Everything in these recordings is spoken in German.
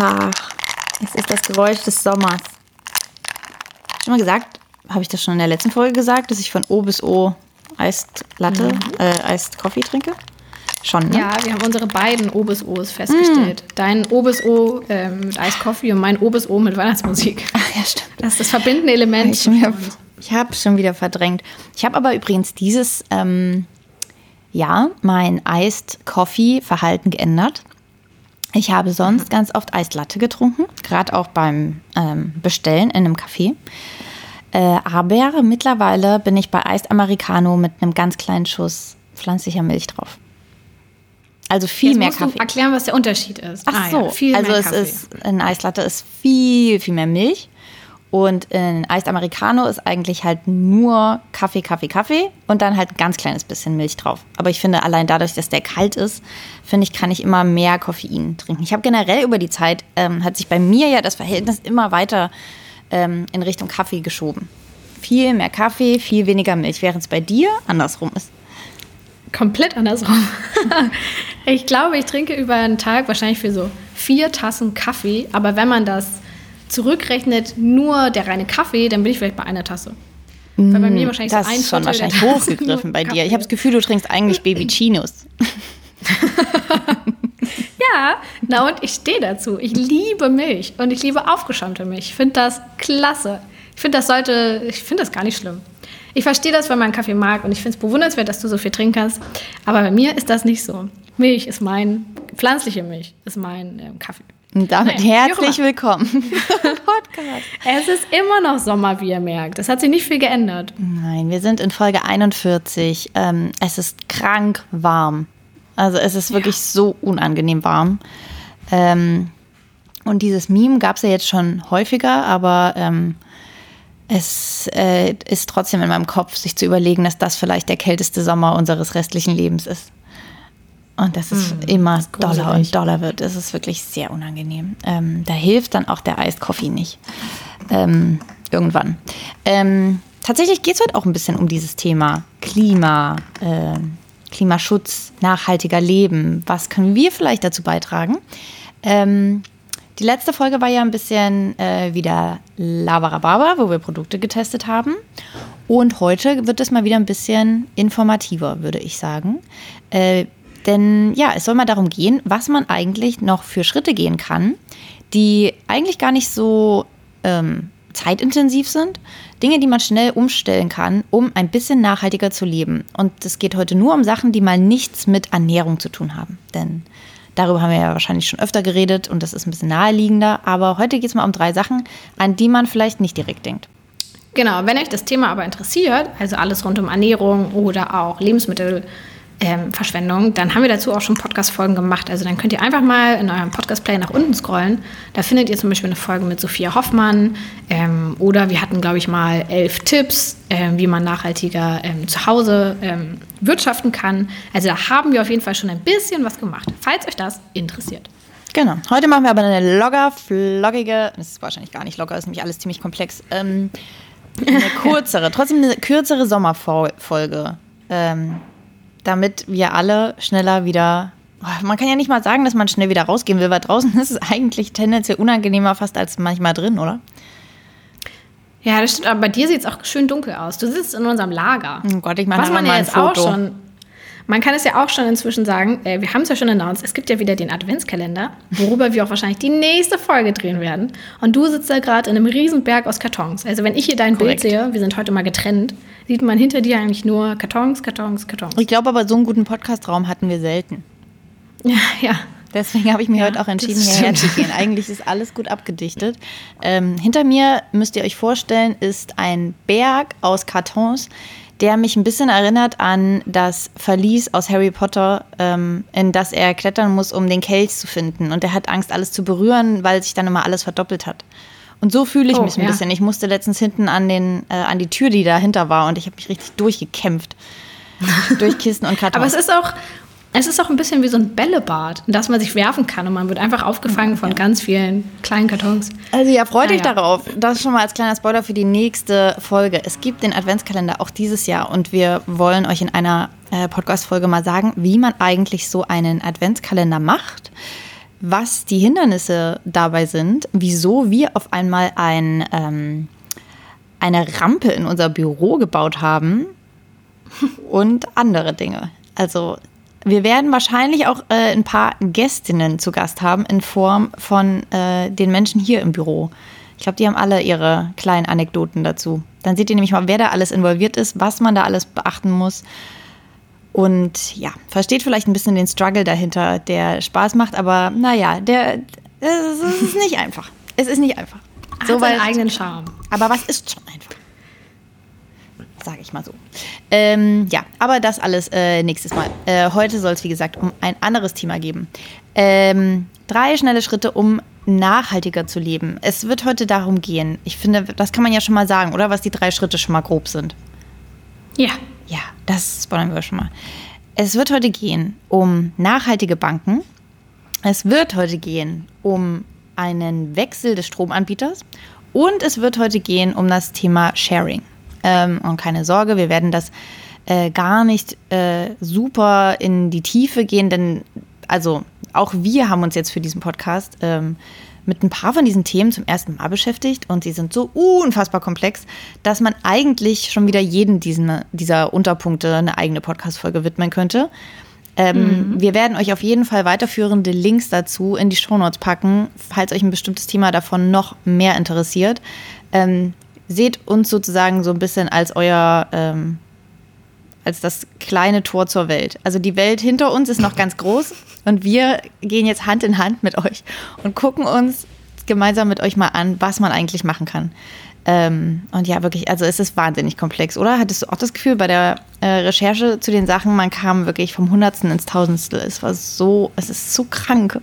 Ach, es ist das Geräusch des Sommers. Schon mal gesagt, habe ich das schon in der letzten Folge gesagt, dass ich von O bis O Iced Latte, Iced Coffee trinke? Schon, ne? Ja, wir haben unsere beiden O bis O's festgestellt. Dein O bis O mit Iced Coffee und mein O bis O mit Weihnachtsmusik. Ach ja, stimmt. Das ist das verbindende Element. Ich habe schon wieder verdrängt. Ich habe aber übrigens dieses Jahr mein Iced Coffee Verhalten geändert. Ich habe sonst ganz oft Iced Latte getrunken, gerade auch beim Bestellen in einem Café. Aber mittlerweile bin ich bei Iced Americano mit einem ganz kleinen Schuss pflanzlicher Milch drauf. Also viel Jetzt mehr musst Kaffee. Du erklären, was der Unterschied ist. Ach so, ja, viel also mehr es Kaffee. ist in Iced Latte ist viel mehr Milch und in Iced Americano ist eigentlich halt nur Kaffee und dann halt ein ganz kleines bisschen Milch drauf. Aber ich finde, allein dadurch, dass der kalt ist, finde ich, kann ich immer mehr Koffein trinken. Ich habe generell über die Zeit, hat sich bei mir ja das Verhältnis immer weiter in Richtung Kaffee geschoben. Viel mehr Kaffee, viel weniger Milch, während es bei dir andersrum ist. Komplett andersrum. Ich glaube, ich trinke über einen Tag wahrscheinlich für so 4 Tassen Kaffee. Aber wenn man das zurückrechnet, nur der reine Kaffee, dann bin ich vielleicht bei einer Tasse. Weil bei mir wahrscheinlich das so ein ist schon Viertel wahrscheinlich der Tasse hochgegriffen bei dir. Kaffee. Ich habe das Gefühl, du trinkst eigentlich Baby-Chinos. Ja, na und ich stehe dazu. Ich liebe Milch und ich liebe aufgeschäumte Milch. Ich finde das klasse. Ich finde das gar nicht schlimm. Ich verstehe das, wenn man Kaffee mag und ich finde es bewundernswert, dass du so viel trinken kannst. Aber bei mir ist das nicht so. Pflanzliche Milch ist mein Kaffee. Und damit herzlich willkommen im Podcast. Es ist immer noch Sommer, wie ihr merkt. Es hat sich nicht viel geändert. Nein, wir sind in Folge 41. Es ist krank warm. Also es ist wirklich so unangenehm warm. Und dieses Meme gab es ja jetzt schon häufiger, aber es ist trotzdem in meinem Kopf, sich zu überlegen, dass das vielleicht der kälteste Sommer unseres restlichen Lebens ist. Und dass es immer doller und doller wird. Es ist wirklich sehr unangenehm. Da hilft dann auch der Iced Coffee nicht. Irgendwann. Tatsächlich geht es heute auch ein bisschen um dieses Thema Klimaschutz, nachhaltiger Leben. Was können wir vielleicht dazu beitragen? Die letzte Folge war ja ein bisschen wieder Labarababa, wo wir Produkte getestet haben. Und heute wird es mal wieder ein bisschen informativer, würde ich sagen. Denn ja, es soll mal darum gehen, was man eigentlich noch für Schritte gehen kann, die eigentlich gar nicht so zeitintensiv sind. Dinge, die man schnell umstellen kann, um ein bisschen nachhaltiger zu leben. Und es geht heute nur um Sachen, die mal nichts mit Ernährung zu tun haben. Denn darüber haben wir ja wahrscheinlich schon öfter geredet und das ist ein bisschen naheliegender. Aber heute geht es mal um 3 Sachen, an die man vielleicht nicht direkt denkt. Genau, wenn euch das Thema aber interessiert, also alles rund um Ernährung oder auch Lebensmittelverschwendung, dann haben wir dazu auch schon Podcast-Folgen gemacht. Also dann könnt ihr einfach mal in eurem Podcast-Player nach unten scrollen. Da findet ihr zum Beispiel eine Folge mit Sophia Hoffmann. Oder wir hatten, glaube ich, mal 11 Tipps, wie man nachhaltiger zu Hause wirtschaften kann. Also da haben wir auf jeden Fall schon ein bisschen was gemacht, falls euch das interessiert. Genau. Heute machen wir aber eine flockige, das ist wahrscheinlich gar nicht locker, ist nämlich alles ziemlich komplex, eine kürzere Sommerfolge. Damit wir alle schneller wieder, man kann ja nicht mal sagen, dass man schnell wieder rausgehen will, weil draußen ist es eigentlich tendenziell unangenehmer fast als manchmal drin, oder? Ja, das stimmt, aber bei dir sieht es auch schön dunkel aus. Du sitzt in unserem Lager. Oh Gott, ich mache mal ein jetzt Foto. Auch schon, man kann es ja auch schon inzwischen sagen, wir haben es ja schon announced, es gibt ja wieder den Adventskalender, worüber wir auch wahrscheinlich die nächste Folge drehen werden. Und du sitzt da gerade in einem riesen Berg aus Kartons. Also wenn ich hier dein Bild sehe, wir sind heute mal getrennt, sieht man hinter dir eigentlich nur Kartons. Ich glaube aber, so einen guten Podcastraum hatten wir selten. Ja. Deswegen habe ich mich heute auch entschieden, hierher zu gehen. Eigentlich ist alles gut abgedichtet. Hinter mir, müsst ihr euch vorstellen, ist ein Berg aus Kartons, der mich ein bisschen erinnert an das Verlies aus Harry Potter, in das er klettern muss, um den Kelch zu finden. Und er hat Angst, alles zu berühren, weil sich dann immer alles verdoppelt hat. Und so fühle ich mich ein bisschen. Ich musste letztens hinten an die Tür, die dahinter war, und ich habe mich richtig durchgekämpft. Durch Kisten und Kartons. Aber es ist auch ein bisschen wie so ein Bällebad, in das man sich werfen kann und man wird einfach aufgefangen von ganz vielen kleinen Kartons. Also ja, freut euch darauf. Das schon mal als kleiner Spoiler für die nächste Folge. Es gibt den Adventskalender auch dieses Jahr und wir wollen euch in einer Podcast-Folge mal sagen, wie man eigentlich so einen Adventskalender macht, was die Hindernisse dabei sind, wieso wir auf einmal eine Rampe in unser Büro gebaut haben und andere Dinge. Also wir werden wahrscheinlich auch ein paar Gästinnen zu Gast haben in Form von den Menschen hier im Büro. Ich glaube, die haben alle ihre kleinen Anekdoten dazu. Dann seht ihr nämlich mal, wer da alles involviert ist, was man da alles beachten muss. Und ja, versteht vielleicht ein bisschen den Struggle dahinter, der Spaß macht, aber naja, es ist nicht einfach. Es ist nicht einfach. Hat seinen eigenen Charme. Aber was ist schon einfach? Sage ich mal so. Ja, aber das alles nächstes Mal. Heute soll es, wie gesagt, um ein anderes Thema geben. 3 schnelle Schritte, um nachhaltiger zu leben. Es wird heute darum gehen, ich finde, das kann man ja schon mal sagen, oder? Was die 3 Schritte schon mal grob sind. Ja. Ja, das spoilern wir schon mal. Es wird heute gehen um nachhaltige Banken. Es wird heute gehen um einen Wechsel des Stromanbieters. Und es wird heute gehen um das Thema Sharing. Und keine Sorge, wir werden das gar nicht super in die Tiefe gehen, denn also auch wir haben uns jetzt für diesen Podcast mit ein paar von diesen Themen zum ersten Mal beschäftigt und sie sind so unfassbar komplex, dass man eigentlich schon wieder jeden dieser Unterpunkte eine eigene Podcast-Folge widmen könnte. Wir werden euch auf jeden Fall weiterführende Links dazu in die Shownotes packen, falls euch ein bestimmtes Thema davon noch mehr interessiert. Seht uns sozusagen so ein bisschen als als das kleine Tor zur Welt. Also die Welt hinter uns ist noch ganz groß und wir gehen jetzt Hand in Hand mit euch und gucken uns gemeinsam mit euch mal an, was man eigentlich machen kann. Und ja, wirklich, also es ist wahnsinnig komplex, oder? Hattest du auch das Gefühl bei der Recherche zu den Sachen, man kam wirklich vom Hundertsten ins Tausendstel. Es ist so krank.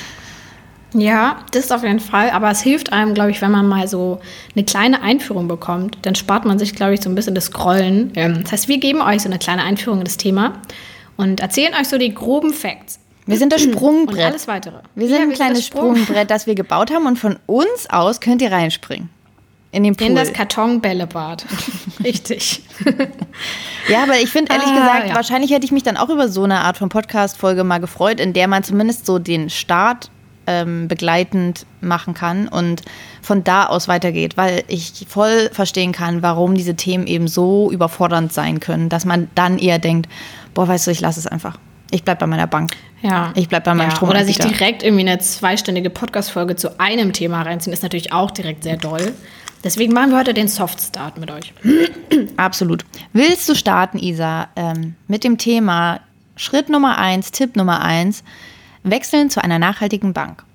Ja, das auf jeden Fall. Aber es hilft einem, glaube ich, wenn man mal so eine kleine Einführung bekommt. Dann spart man sich, glaube ich, so ein bisschen das Scrollen. Das heißt, wir geben euch so eine kleine Einführung in das Thema und erzählen euch so die groben Facts. Wir sind das Sprungbrett. Und alles Weitere. Wir sind ein kleines Sprungbrett, das wir gebaut haben und von uns aus könnt ihr reinspringen. In den Pool. In das Kartonbällebad. Richtig. Ja, aber ich finde, ehrlich gesagt, ja. Wahrscheinlich hätte ich mich dann auch über so eine Art von Podcast-Folge mal gefreut, in der man zumindest so den Start begleitend machen kann und von da aus weitergeht, weil ich voll verstehen kann, warum diese Themen eben so überfordernd sein können, dass man dann eher denkt, boah, weißt du, ich lasse es einfach. Ich bleib bei meiner Bank. Ja. Ich bleib bei meinem Stromanbieter. Oder sich direkt irgendwie eine 2-stündige Podcast-Folge zu einem Thema reinziehen, ist natürlich auch direkt sehr doll. Deswegen machen wir heute den Soft-Start mit euch. Absolut. Willst du starten, Isa, mit dem Thema Schritt Nummer 1, Tipp Nummer 1, wechseln zu einer nachhaltigen Bank?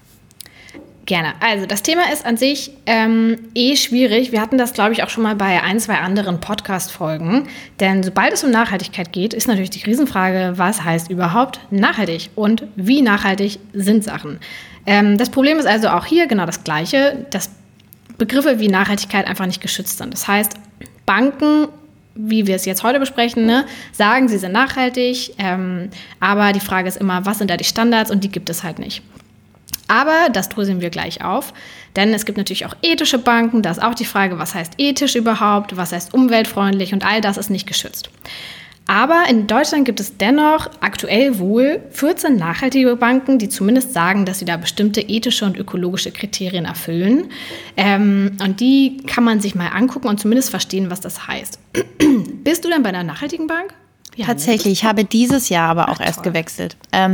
Gerne. Also das Thema ist an sich schwierig. Wir hatten das, glaube ich, auch schon mal bei 1, 2 anderen Podcast-Folgen. Denn sobald es um Nachhaltigkeit geht, ist natürlich die Riesenfrage, was heißt überhaupt nachhaltig und wie nachhaltig sind Sachen? Das Problem ist also auch hier genau das Gleiche, dass Begriffe wie Nachhaltigkeit einfach nicht geschützt sind. Das heißt, Banken, wie wir es jetzt heute besprechen, sagen, sie sind nachhaltig, aber die Frage ist immer, was sind da die Standards, und die gibt es halt nicht. Aber das dröseln wir gleich auf, denn es gibt natürlich auch ethische Banken, da ist auch die Frage, was heißt ethisch überhaupt, was heißt umweltfreundlich, und all das ist nicht geschützt. Aber in Deutschland gibt es dennoch aktuell wohl 14 nachhaltige Banken, die zumindest sagen, dass sie da bestimmte ethische und ökologische Kriterien erfüllen. Und die kann man sich mal angucken und zumindest verstehen, was das heißt. Bist du denn bei einer nachhaltigen Bank? Ja, tatsächlich, ich habe dieses Jahr aber auch erst gewechselt.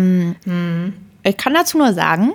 Ich kann dazu nur sagen,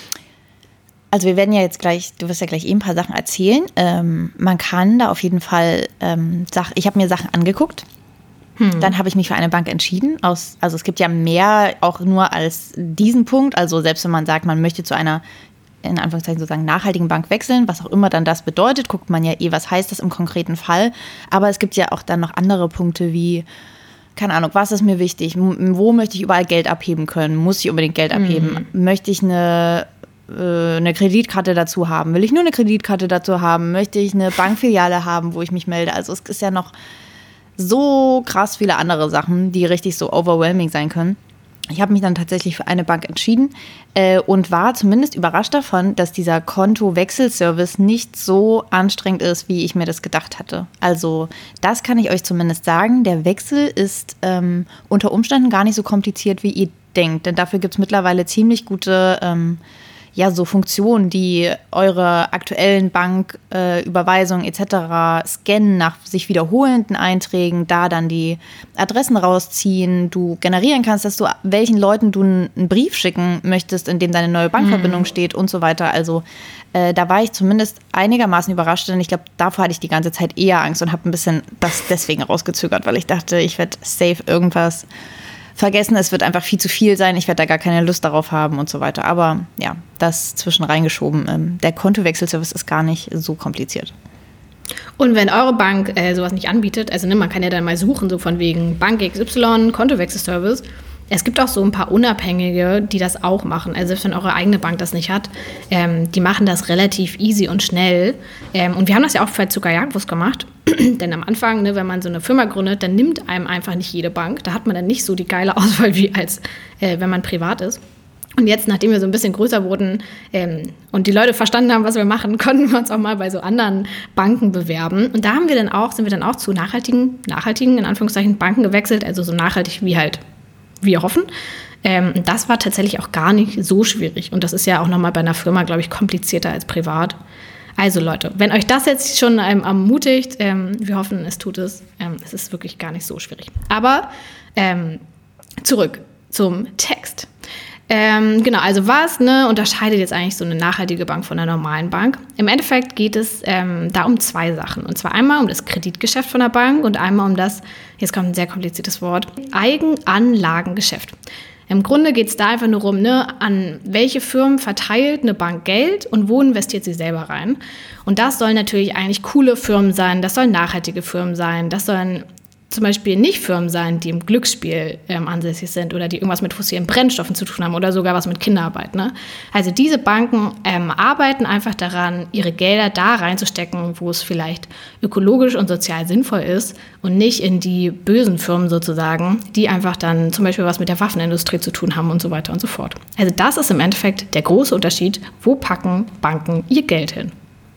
also wir werden ja jetzt gleich, du wirst ja gleich ein paar Sachen erzählen. Man kann da auf jeden Fall ich habe mir Sachen angeguckt. Dann habe ich mich für eine Bank entschieden. Also es gibt ja mehr auch nur als diesen Punkt. Also selbst wenn man sagt, man möchte zu einer, in Anführungszeichen sozusagen, nachhaltigen Bank wechseln, was auch immer dann das bedeutet, guckt man ja was heißt das im konkreten Fall. Aber es gibt ja auch dann noch andere Punkte wie, keine Ahnung, was ist mir wichtig? Wo möchte ich überall Geld abheben können? Muss ich unbedingt Geld abheben? Möchte ich eine Kreditkarte dazu haben? Will ich nur eine Kreditkarte dazu haben? Möchte ich eine Bankfiliale haben, wo ich mich melde? Also es ist ja noch so krass viele andere Sachen, die richtig so overwhelming sein können. Ich habe mich dann tatsächlich für eine Bank entschieden und war zumindest überrascht davon, dass dieser Kontowechselservice nicht so anstrengend ist, wie ich mir das gedacht hatte. Also das kann ich euch zumindest sagen. Der Wechsel ist unter Umständen gar nicht so kompliziert, wie ihr denkt. Denn dafür gibt es mittlerweile ziemlich gute so Funktionen, die eure aktuellen Banküberweisungen etc. scannen nach sich wiederholenden Einträgen, da dann die Adressen rausziehen, du generieren kannst, dass du welchen Leuten du einen Brief schicken möchtest, in dem deine neue Bankverbindung steht und so weiter. Also da war ich zumindest einigermaßen überrascht, denn ich glaube, davor hatte ich die ganze Zeit eher Angst und habe ein bisschen das deswegen rausgezögert, weil ich dachte, ich werde safe irgendwas vergessen, es wird einfach viel zu viel sein, ich werde da gar keine Lust darauf haben und so weiter. Aber ja, das zwischen reingeschoben. Der Kontowechselservice ist gar nicht so kompliziert. Und wenn eure Bank sowas nicht anbietet, also man kann ja dann mal suchen, so von wegen Bank XY, Kontowechselservice. Es gibt auch so ein paar Unabhängige, die das auch machen. Also selbst wenn eure eigene Bank das nicht hat, die machen das relativ easy und schnell. Und wir haben das ja auch für Zucker Jagdwurst gemacht. Denn am Anfang, wenn man so eine Firma gründet, dann nimmt einem einfach nicht jede Bank. Da hat man dann nicht so die geile Auswahl, wie als wenn man privat ist. Und jetzt, nachdem wir so ein bisschen größer wurden und die Leute verstanden haben, was wir machen, konnten wir uns auch mal bei so anderen Banken bewerben. Und da sind wir dann auch zu nachhaltigen, in Anführungszeichen, Banken gewechselt. Also so nachhaltig wie halt wir hoffen. Das war tatsächlich auch gar nicht so schwierig. Und das ist ja auch nochmal bei einer Firma, glaube ich, komplizierter als privat. Also Leute, wenn euch das jetzt schon ermutigt, wir hoffen, es tut es. Es ist wirklich gar nicht so schwierig. Aber zurück zum Text. Genau, also was unterscheidet jetzt eigentlich so eine nachhaltige Bank von einer normalen Bank? Im Endeffekt geht es da um zwei Sachen. Und zwar einmal um das Kreditgeschäft von der Bank und einmal um das, jetzt kommt ein sehr kompliziertes Wort, Eigenanlagengeschäft. Im Grunde geht es da einfach nur um, an welche Firmen verteilt eine Bank Geld und wo investiert sie selber rein. Und das sollen natürlich eigentlich coole Firmen sein, das sollen nachhaltige Firmen sein, das sollen zum Beispiel nicht Firmen sein, die im Glücksspiel ansässig sind oder die irgendwas mit fossilen Brennstoffen zu tun haben oder sogar was mit Kinderarbeit. Ne? Also diese Banken arbeiten einfach daran, ihre Gelder da reinzustecken, wo es vielleicht ökologisch und sozial sinnvoll ist und nicht in die bösen Firmen sozusagen, die einfach dann zum Beispiel was mit der Waffenindustrie zu tun haben und so weiter und so fort. Also das ist im Endeffekt der große Unterschied, wo packen Banken ihr Geld hin.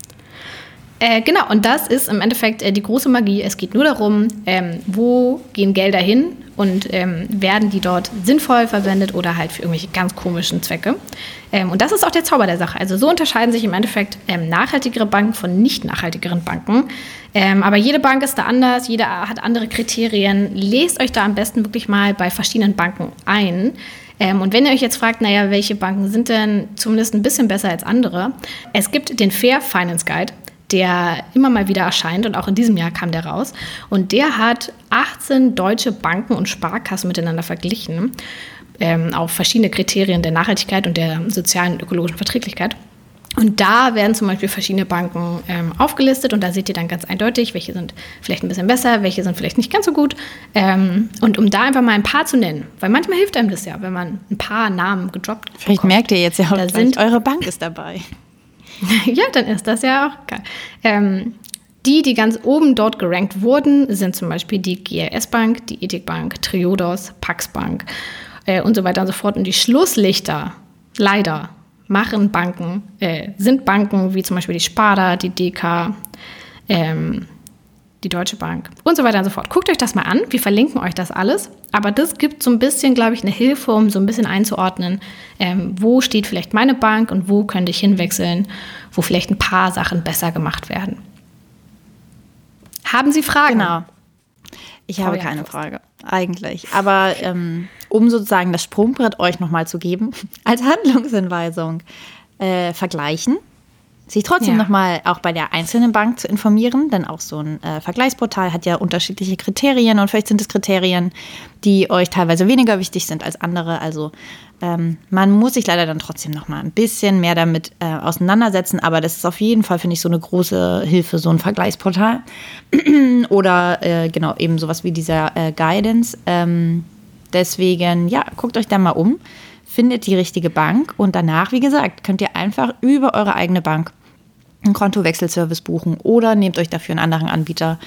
Genau, und das ist im Endeffekt die große Magie. Es geht nur darum, wo gehen Gelder hin und werden die dort sinnvoll verwendet oder halt für irgendwelche ganz komischen Zwecke. Und das ist auch der Zauber der Sache. Also so unterscheiden sich im Endeffekt nachhaltigere Banken von nicht nachhaltigeren Banken. Aber jede Bank ist da anders, jeder hat andere Kriterien. Lest euch da am besten wirklich mal bei verschiedenen Banken ein. Und wenn ihr euch jetzt fragt, welche Banken sind denn zumindest ein bisschen besser als andere? Es gibt den Fair Finance Guide, der immer mal wieder erscheint und auch in diesem Jahr kam der raus. Und der hat 18 deutsche Banken und Sparkassen miteinander verglichen, auf verschiedene Kriterien der Nachhaltigkeit und der sozialen und ökologischen Verträglichkeit. Und da werden zum Beispiel verschiedene Banken aufgelistet und da seht ihr dann ganz eindeutig, welche sind vielleicht ein bisschen besser, welche sind vielleicht nicht ganz so gut. Und um da einfach mal ein paar zu nennen, weil manchmal hilft einem das ja, wenn man ein paar Namen gedroppt bekommt. Vielleicht merkt ihr jetzt ja auch gleich, eure Bank ist dabei. Ja, dann ist das ja auch geil. Die ganz oben dort gerankt wurden, sind zum Beispiel die GLS Bank, die Ethik Bank, Triodos, Pax Bank und so weiter und so fort. Und die Schlusslichter, leider, sind Banken wie zum Beispiel die Sparda, die DK, die Deutsche Bank und so weiter und so fort. Guckt euch das mal an, wir verlinken euch das alles. Aber das gibt so ein bisschen, glaube ich, eine Hilfe, um so ein bisschen einzuordnen, wo steht vielleicht meine Bank und wo könnte ich hinwechseln, wo vielleicht ein paar Sachen besser gemacht werden. Haben Sie Fragen? Genau. Ich habe keine Frage, eigentlich. Aber um sozusagen das Sprungbrett euch nochmal zu geben, als Handlungsanweisung, vergleichen. Sich trotzdem nochmal auch bei der einzelnen Bank zu informieren, denn auch so ein Vergleichsportal hat ja unterschiedliche Kriterien und vielleicht sind es Kriterien, die euch teilweise weniger wichtig sind als andere. Also man muss sich leider dann trotzdem nochmal ein bisschen mehr damit auseinandersetzen, aber das ist auf jeden Fall, finde ich, so eine große Hilfe, so ein Vergleichsportal oder genau eben sowas wie dieser Guidance. Deswegen, ja, guckt euch da mal um. Findet die richtige Bank und danach, wie gesagt, könnt ihr einfach über eure eigene Bank einen Kontowechselservice buchen oder nehmt euch dafür einen anderen Anbieter.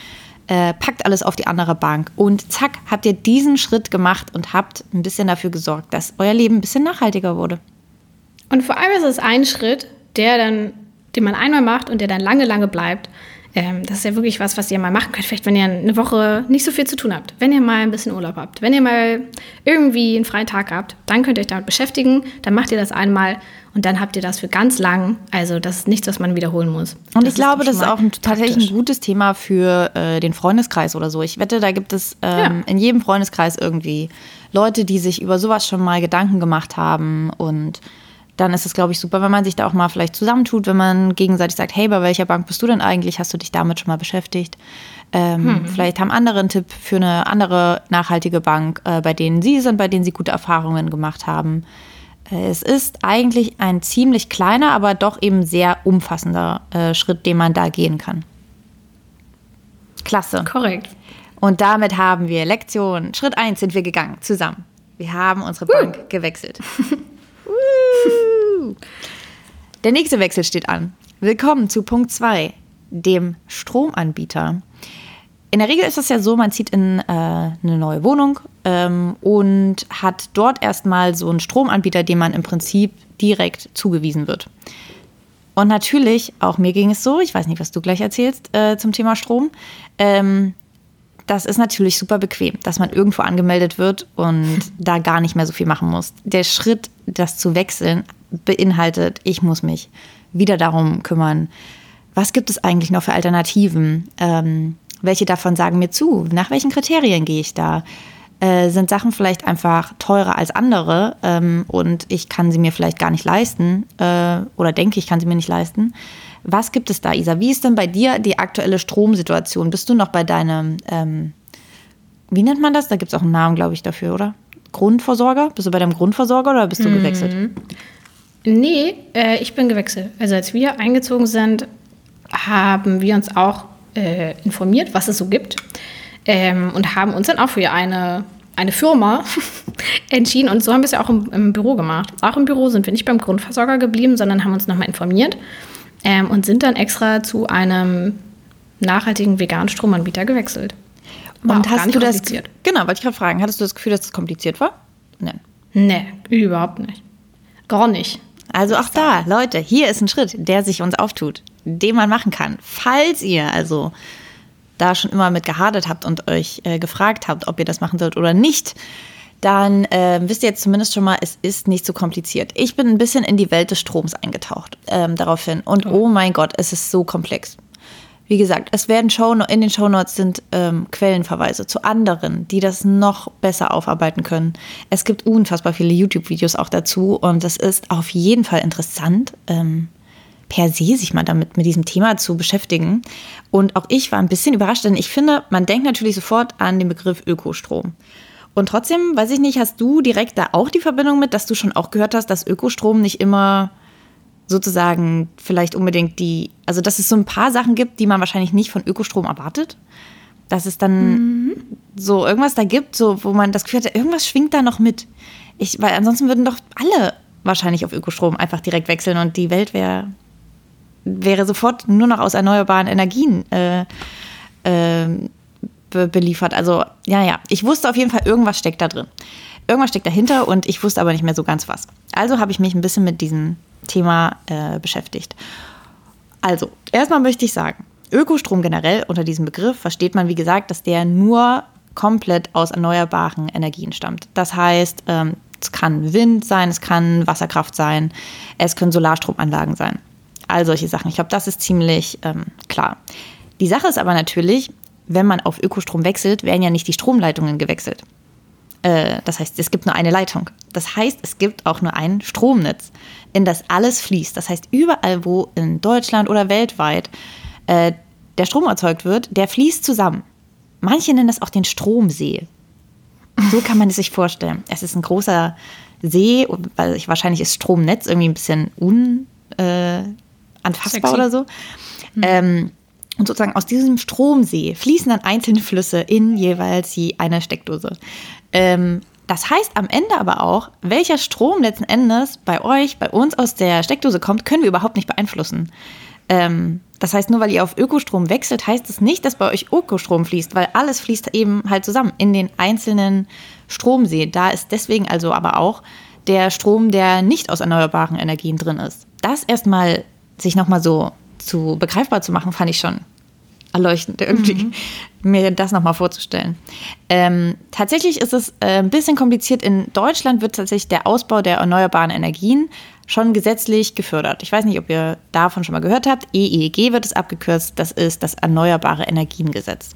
packt alles auf die andere Bank und zack, habt ihr diesen Schritt gemacht und habt ein bisschen dafür gesorgt, dass euer Leben ein bisschen nachhaltiger wurde. Und vor allem ist es ein Schritt, den man einmal macht und der dann lange, lange bleibt. Das ist ja wirklich was ihr mal machen könnt. Vielleicht, wenn ihr eine Woche nicht so viel zu tun habt, wenn ihr mal ein bisschen Urlaub habt, wenn ihr mal irgendwie einen freien Tag habt, dann könnt ihr euch damit beschäftigen, dann macht ihr das einmal und dann habt ihr das für ganz lang. Also das ist nichts, was man wiederholen muss. Und ich glaube, das ist auch tatsächlich ein gutes Thema für den Freundeskreis oder so. Ich wette, da gibt es in jedem Freundeskreis irgendwie Leute, die sich über sowas schon mal Gedanken gemacht haben und dann ist es, glaube ich, super, wenn man sich da auch mal vielleicht zusammentut, wenn man gegenseitig sagt, hey, bei welcher Bank bist du denn eigentlich? Hast du dich damit schon mal beschäftigt? Vielleicht haben andere einen Tipp für eine andere nachhaltige Bank, bei denen sie sind, bei denen sie gute Erfahrungen gemacht haben. Es ist eigentlich ein ziemlich kleiner, aber doch eben sehr umfassender Schritt, den man da gehen kann. Klasse. Korrekt. Und damit haben wir Lektion Schritt 1 sind wir gegangen, zusammen. Wir haben unsere Bank gewechselt. Der nächste Wechsel steht an. Willkommen zu Punkt 2, dem Stromanbieter. In der Regel ist es ja so, man zieht in eine neue Wohnung und hat dort erstmal so einen Stromanbieter, dem man im Prinzip direkt zugewiesen wird. Und natürlich, auch mir ging es so, ich weiß nicht, was du gleich erzählst zum Thema Strom, das ist natürlich super bequem, dass man irgendwo angemeldet wird und da gar nicht mehr so viel machen muss. Der Schritt, das zu wechseln, beinhaltet, ich muss mich wieder darum kümmern, was gibt es eigentlich noch für Alternativen? Welche davon sagen mir zu? Nach welchen Kriterien gehe ich da? Sind Sachen vielleicht einfach teurer als andere und ich kann sie mir vielleicht gar nicht leisten oder denke, ich kann sie mir nicht leisten? Was gibt es da, Isa? Wie ist denn bei dir die aktuelle Stromsituation? Bist du noch bei deinem, wie nennt man das? Da gibt es auch einen Namen, glaube ich, dafür, oder? Grundversorger? Bist du bei deinem Grundversorger oder bist du gewechselt? Nee, ich bin gewechselt. Also als wir eingezogen sind, haben wir uns auch informiert, was es so gibt und haben uns dann auch für eine Firma entschieden. Und so haben wir es ja auch im Büro gemacht. Auch im Büro sind wir nicht beim Grundversorger geblieben, sondern haben uns nochmal informiert. Und sind dann extra zu einem nachhaltigen veganen Stromanbieter gewechselt. War und hast du das? Genau, wollte ich gerade fragen. Hattest du das Gefühl, dass das kompliziert war? Nein. Nee, überhaupt nicht. Gar nicht. Also auch da, Leute, hier ist ein Schritt, der sich uns auftut, den man machen kann. Falls ihr also da schon immer mit gehadert habt und euch gefragt habt, ob ihr das machen sollt oder nicht, dann wisst ihr jetzt zumindest schon mal, es ist nicht so kompliziert. Ich bin ein bisschen in die Welt des Stroms eingetaucht daraufhin. Und oh mein Gott, es ist so komplex. Wie gesagt, es werden in den Shownotes sind Quellenverweise zu anderen, die das noch besser aufarbeiten können. Es gibt unfassbar viele YouTube-Videos auch dazu und es ist auf jeden Fall interessant, per se sich mal mit diesem Thema zu beschäftigen. Und auch ich war ein bisschen überrascht, denn ich finde, man denkt natürlich sofort an den Begriff Ökostrom. Und trotzdem, weiß ich nicht, hast du direkt da auch die Verbindung mit, dass du schon auch gehört hast, dass Ökostrom nicht immer sozusagen vielleicht unbedingt also dass es so ein paar Sachen gibt, die man wahrscheinlich nicht von Ökostrom erwartet? Dass es dann so irgendwas da gibt, so, wo man das Gefühl hat, irgendwas schwingt da noch mit. Weil ansonsten würden doch alle wahrscheinlich auf Ökostrom einfach direkt wechseln und die Welt wäre sofort nur noch aus erneuerbaren Energien beliefert. Also, ja, ich wusste auf jeden Fall, irgendwas steckt da drin. Irgendwas steckt dahinter und ich wusste aber nicht mehr so ganz was. Also habe ich mich ein bisschen mit diesem Thema beschäftigt. Also, erstmal möchte ich sagen, Ökostrom generell unter diesem Begriff versteht man, wie gesagt, dass der nur komplett aus erneuerbaren Energien stammt. Das heißt, es kann Wind sein, es kann Wasserkraft sein, es können Solarstromanlagen sein. All solche Sachen. Ich glaube, das ist ziemlich klar. Die Sache ist aber natürlich, wenn man auf Ökostrom wechselt, werden ja nicht die Stromleitungen gewechselt. Das heißt, es gibt nur eine Leitung. Das heißt, es gibt auch nur ein Stromnetz, in das alles fließt. Das heißt, überall, wo in Deutschland oder weltweit der Strom erzeugt wird, der fließt zusammen. Manche nennen das auch den Stromsee. So kann man es sich vorstellen. Es ist ein großer See, weil wahrscheinlich ist Stromnetz irgendwie ein bisschen unanfassbar oder so. Und sozusagen aus diesem Stromsee fließen dann einzelne Flüsse in jeweils eine Steckdose. Das heißt am Ende aber auch, welcher Strom letzten Endes bei uns aus der Steckdose kommt, können wir überhaupt nicht beeinflussen. Das heißt, nur weil ihr auf Ökostrom wechselt, heißt es nicht, dass bei euch Ökostrom fließt, weil alles fließt eben halt zusammen in den einzelnen Stromsee. Da ist deswegen also aber auch der Strom, der nicht aus erneuerbaren Energien drin ist. Das erstmal sich nochmal so zu begreifbar zu machen, fand ich schon erleuchtend irgendwie, mir das nochmal vorzustellen. Tatsächlich ist es ein bisschen kompliziert. In Deutschland wird tatsächlich der Ausbau der erneuerbaren Energien schon gesetzlich gefördert. Ich weiß nicht, ob ihr davon schon mal gehört habt. EEG wird es abgekürzt. Das ist das Erneuerbare Energiengesetz.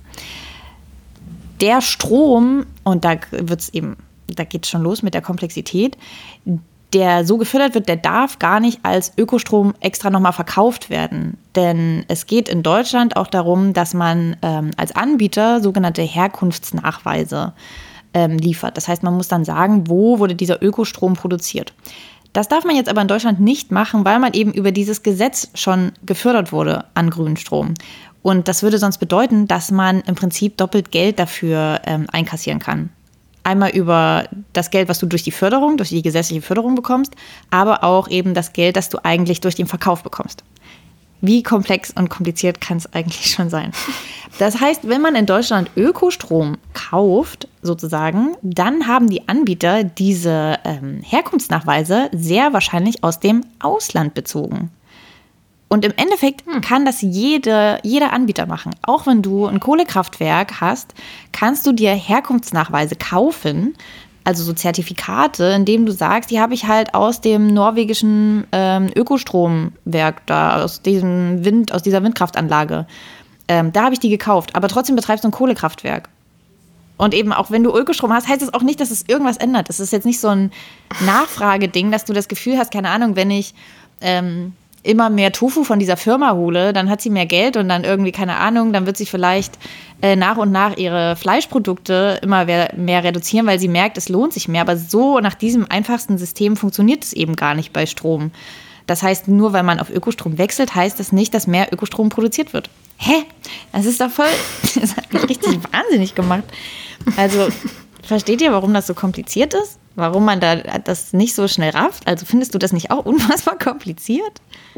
Der Strom, und da geht es schon los mit der Komplexität, der so gefördert wird, der darf gar nicht als Ökostrom extra nochmal verkauft werden. Denn es geht in Deutschland auch darum, dass man als Anbieter sogenannte Herkunftsnachweise liefert. Das heißt, man muss dann sagen, wo wurde dieser Ökostrom produziert. Das darf man jetzt aber in Deutschland nicht machen, weil man eben über dieses Gesetz schon gefördert wurde an grünen Strom. Und das würde sonst bedeuten, dass man im Prinzip doppelt Geld dafür einkassieren kann. Einmal über das Geld, was du durch die gesetzliche Förderung bekommst, aber auch eben das Geld, das du eigentlich durch den Verkauf bekommst. Wie komplex und kompliziert kann es eigentlich schon sein? Das heißt, wenn man in Deutschland Ökostrom kauft, sozusagen, dann haben die Anbieter diese Herkunftsnachweise sehr wahrscheinlich aus dem Ausland bezogen. Und im Endeffekt kann das jeder Anbieter machen. Auch wenn du ein Kohlekraftwerk hast, kannst du dir Herkunftsnachweise kaufen, also so Zertifikate, indem du sagst, die habe ich halt aus dem norwegischen Ökostromwerk da, aus dieser Windkraftanlage. Da habe ich die gekauft, aber trotzdem betreibst du ein Kohlekraftwerk. Und eben auch wenn du Ökostrom hast, heißt das auch nicht, dass es irgendwas ändert. Das ist jetzt nicht so ein Nachfrageding, dass du das Gefühl hast, keine Ahnung, wenn ich immer mehr Tofu von dieser Firma hole, dann hat sie mehr Geld und dann irgendwie, keine Ahnung, dann wird sie vielleicht nach und nach ihre Fleischprodukte immer mehr reduzieren, weil sie merkt, es lohnt sich mehr. Aber so nach diesem einfachsten System funktioniert es eben gar nicht bei Strom. Das heißt, nur weil man auf Ökostrom wechselt, heißt das nicht, dass mehr Ökostrom produziert wird. Hä? Das ist doch voll, das hat mich richtig wahnsinnig gemacht. Also, versteht ihr, warum das so kompliziert ist? Warum man da das nicht so schnell rafft? Also findest du das nicht auch unfassbar kompliziert?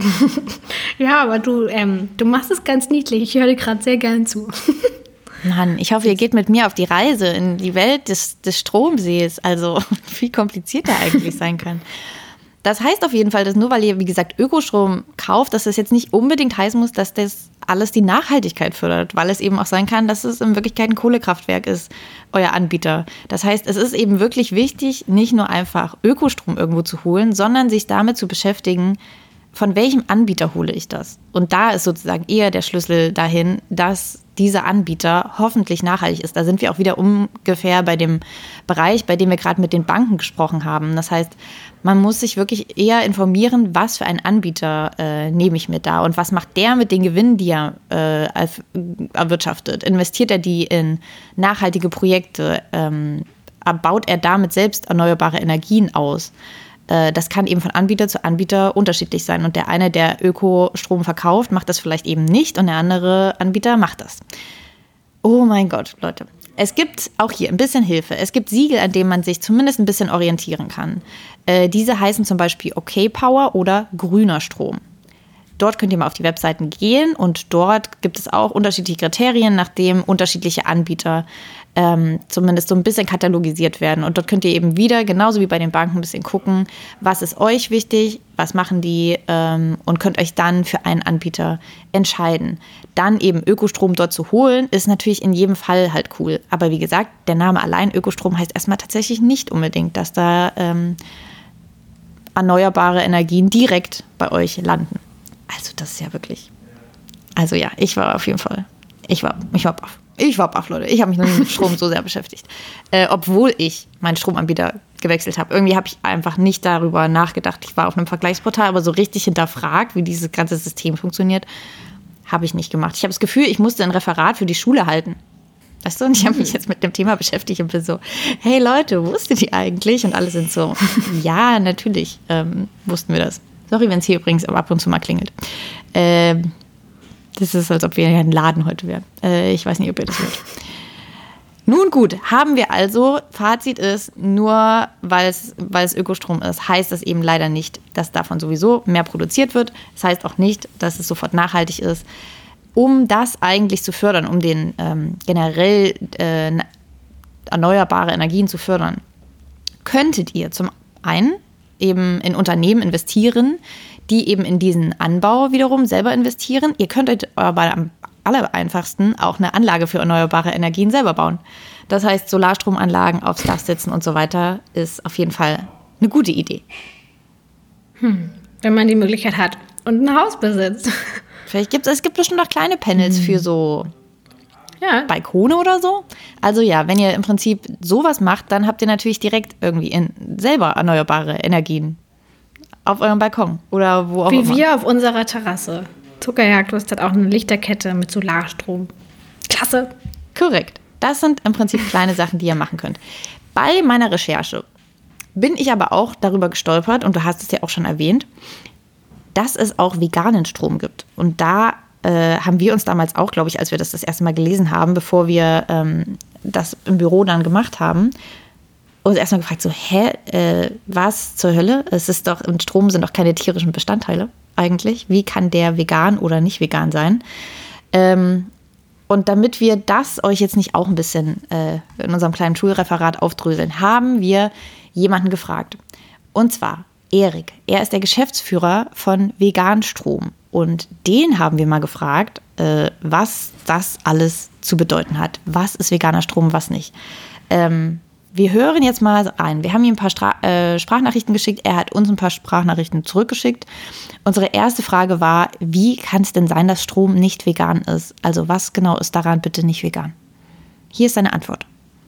Ja, aber du machst es ganz niedlich. Ich höre dir gerade sehr gern zu. Mann, ich hoffe, ihr geht mit mir auf die Reise in die Welt des Stromsees. Also wie kompliziert der eigentlich sein kann. Das heißt auf jeden Fall, dass nur weil ihr, wie gesagt, Ökostrom kauft, dass das jetzt nicht unbedingt heißen muss, dass das alles die Nachhaltigkeit fördert, weil es eben auch sein kann, dass es in Wirklichkeit ein Kohlekraftwerk ist, euer Anbieter. Das heißt, es ist eben wirklich wichtig, nicht nur einfach Ökostrom irgendwo zu holen, sondern sich damit zu beschäftigen, von welchem Anbieter hole ich das? Und da ist sozusagen eher der Schlüssel dahin, dass dieser Anbieter hoffentlich nachhaltig ist. Da sind wir auch wieder ungefähr bei dem Bereich, bei dem wir gerade mit den Banken gesprochen haben. Das heißt, man muss sich wirklich eher informieren, was für einen Anbieter nehme ich mit da und was macht der mit den Gewinnen, die er erwirtschaftet. Investiert er die in nachhaltige Projekte? Baut er damit selbst erneuerbare Energien aus? Das kann eben von Anbieter zu Anbieter unterschiedlich sein. Und der eine, der Ökostrom verkauft, macht das vielleicht eben nicht und der andere Anbieter macht das. Oh mein Gott, Leute. Es gibt auch hier ein bisschen Hilfe. Es gibt Siegel, an denen man sich zumindest ein bisschen orientieren kann. Diese heißen zum Beispiel OK-Power oder grüner Strom. Dort könnt ihr mal auf die Webseiten gehen und dort gibt es auch unterschiedliche Kriterien, nach denen unterschiedliche Anbieter zumindest so ein bisschen katalogisiert werden. Und dort könnt ihr eben wieder, genauso wie bei den Banken, ein bisschen gucken, was ist euch wichtig, was machen die und könnt euch dann für einen Anbieter entscheiden. Dann eben Ökostrom dort zu holen, ist natürlich in jedem Fall halt cool. Aber wie gesagt, der Name allein Ökostrom heißt erstmal tatsächlich nicht unbedingt, dass da erneuerbare Energien direkt bei euch landen. Also das ist ja wirklich, also ja, ich war baff. Ich war baff, Leute. Ich habe mich noch nie mit Strom so sehr beschäftigt. Obwohl ich meinen Stromanbieter gewechselt habe. Irgendwie habe ich einfach nicht darüber nachgedacht. Ich war auf einem Vergleichsportal, aber so richtig hinterfragt, wie dieses ganze System funktioniert, habe ich nicht gemacht. Ich habe das Gefühl, ich musste ein Referat für die Schule halten. Weißt du, und ich habe mich jetzt mit dem Thema beschäftigt und bin so, hey Leute, wusstet ihr eigentlich? Und alle sind so, ja, natürlich wussten wir das. Sorry, wenn es hier übrigens ab und zu mal klingelt. Das ist, als ob wir ja ein Laden heute wären. Ich weiß nicht, ob ihr das hört. Nun gut, haben wir also, Fazit ist, nur weil es Ökostrom ist, heißt das eben leider nicht, dass davon sowieso mehr produziert wird. Das heißt auch nicht, dass es sofort nachhaltig ist. Um das eigentlich zu fördern, um den generell erneuerbare Energien zu fördern, könntet ihr zum einen eben in Unternehmen investieren, die eben in diesen Anbau wiederum selber investieren. Ihr könntet aber am aller einfachsten auch eine Anlage für erneuerbare Energien selber bauen. Das heißt, Solarstromanlagen aufs Dach setzen und so weiter ist auf jeden Fall eine gute Idee. Wenn man die Möglichkeit hat und ein Haus besitzt. Es gibt bestimmt noch kleine Panels für so Balkone oder so. Also ja, wenn ihr im Prinzip sowas macht, dann habt ihr natürlich direkt irgendwie selber erneuerbare Energien auf eurem Balkon oder wo auch immer. Wie wir auf unserer Terrasse. Zuckerjagdwurst hat auch eine Lichterkette mit Solarstrom. Klasse. Korrekt. Das sind im Prinzip kleine Sachen, die ihr machen könnt. Bei meiner Recherche bin ich aber auch darüber gestolpert, und du hast es ja auch schon erwähnt, dass es auch veganen Strom gibt. Und da haben wir uns damals auch, glaube ich, als wir das erste Mal gelesen haben, bevor wir das im Büro dann gemacht haben, uns erstmal gefragt, so, was zur Hölle? Im Strom sind doch keine tierischen Bestandteile eigentlich. Wie kann der vegan oder nicht vegan sein? Und damit wir das euch jetzt nicht auch ein bisschen in unserem kleinen Schulreferat aufdröseln, haben wir jemanden gefragt. Und zwar Erik. Er ist der Geschäftsführer von Vegan Strom. Und den haben wir mal gefragt, was das alles zu bedeuten hat. Was ist veganer Strom, was nicht? Wir hören jetzt mal rein. Wir haben ihm ein paar Sprachnachrichten geschickt. Er hat uns ein paar Sprachnachrichten zurückgeschickt. Unsere erste Frage war, wie kann es denn sein, dass Strom nicht vegan ist? Also was genau ist daran bitte nicht vegan? Hier ist seine Antwort.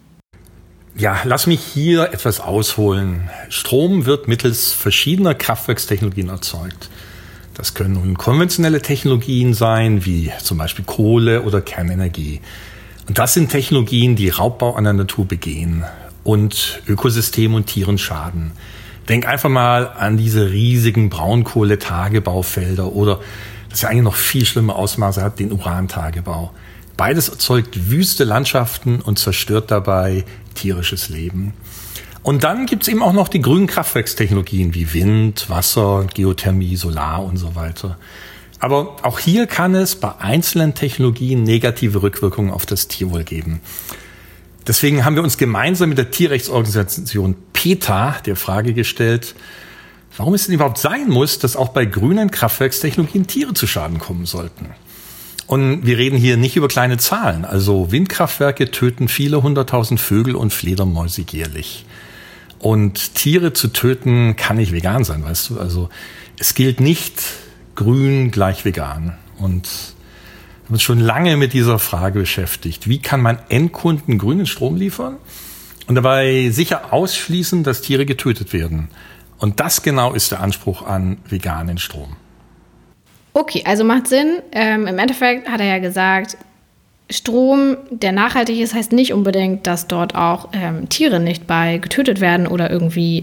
Ja, lass mich hier etwas ausholen. Strom wird mittels verschiedener Kraftwerkstechnologien erzeugt. Das können nun konventionelle Technologien sein, wie zum Beispiel Kohle oder Kernenergie. Und das sind Technologien, die Raubbau an der Natur begehen und Ökosystemen und Tieren schaden. Denk einfach mal an diese riesigen Braunkohletagebaufelder oder, das ja eigentlich noch viel schlimme Ausmaße hat, den Urantagebau. Beides erzeugt wüste Landschaften und zerstört dabei tierisches Leben. Und dann gibt's eben auch noch die grünen Kraftwerkstechnologien wie Wind, Wasser, Geothermie, Solar und so weiter. Aber auch hier kann es bei einzelnen Technologien negative Rückwirkungen auf das Tierwohl geben. Deswegen haben wir uns gemeinsam mit der Tierrechtsorganisation PETA der Frage gestellt, warum es denn überhaupt sein muss, dass auch bei grünen Kraftwerkstechnologien Tiere zu Schaden kommen sollten. Und wir reden hier nicht über kleine Zahlen. Also Windkraftwerke töten viele 100.000 Vögel und Fledermäuse jährlich. Und Tiere zu töten kann nicht vegan sein, weißt du? Also es gilt nicht grün gleich vegan. Und wir haben uns schon lange mit dieser Frage beschäftigt. Wie kann man Endkunden grünen Strom liefern und dabei sicher ausschließen, dass Tiere getötet werden? Und das genau ist der Anspruch an veganen Strom. Okay, also macht Sinn. Im Endeffekt hat er ja gesagt, Strom, der nachhaltig ist, heißt nicht unbedingt, dass dort auch Tiere nicht bei getötet werden oder irgendwie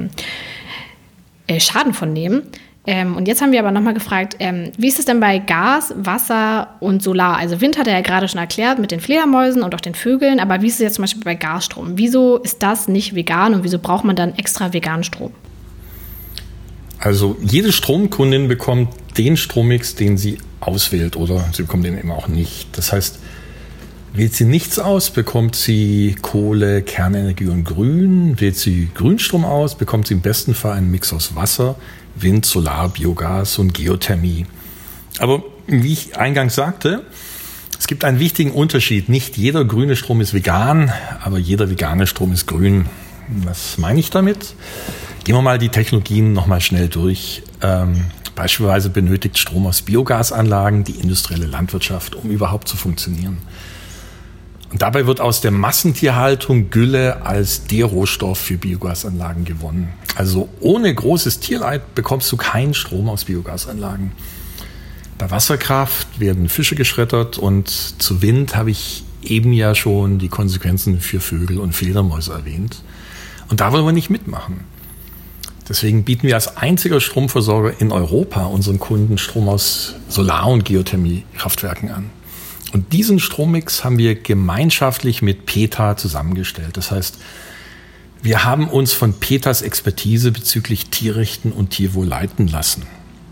Schaden von nehmen. Und jetzt haben wir aber nochmal gefragt, wie ist es denn bei Gas, Wasser und Solar? Also Wind hat er ja gerade schon erklärt mit den Fledermäusen und auch den Vögeln, aber wie ist es jetzt zum Beispiel bei Gasstrom? Wieso ist das nicht vegan und wieso braucht man dann extra veganen Strom? Also jede Stromkundin bekommt den Strommix, den sie auswählt, oder sie bekommt den eben auch nicht. Das heißt, wählt sie nichts aus, bekommt sie Kohle, Kernenergie und Grün. Wählt sie Grünstrom aus, bekommt sie im besten Fall einen Mix aus Wasser, Wind, Solar, Biogas und Geothermie. Aber wie ich eingangs sagte, es gibt einen wichtigen Unterschied. Nicht jeder grüne Strom ist vegan, aber jeder vegane Strom ist grün. Was meine ich damit? Gehen wir mal die Technologien nochmal schnell durch. Beispielsweise benötigt Strom aus Biogasanlagen die industrielle Landwirtschaft, um überhaupt zu funktionieren. Und dabei wird aus der Massentierhaltung Gülle als der Rohstoff für Biogasanlagen gewonnen. Also ohne großes Tierleid bekommst du keinen Strom aus Biogasanlagen. Bei Wasserkraft werden Fische geschreddert und zu Wind habe ich eben ja schon die Konsequenzen für Vögel und Fledermäuse erwähnt. Und da wollen wir nicht mitmachen. Deswegen bieten wir als einziger Stromversorger in Europa unseren Kunden Strom aus Solar- und Geothermiekraftwerken an. Und diesen Strommix haben wir gemeinschaftlich mit PETA zusammengestellt. Das heißt, wir haben uns von PETAs Expertise bezüglich Tierrechten und Tierwohl leiten lassen.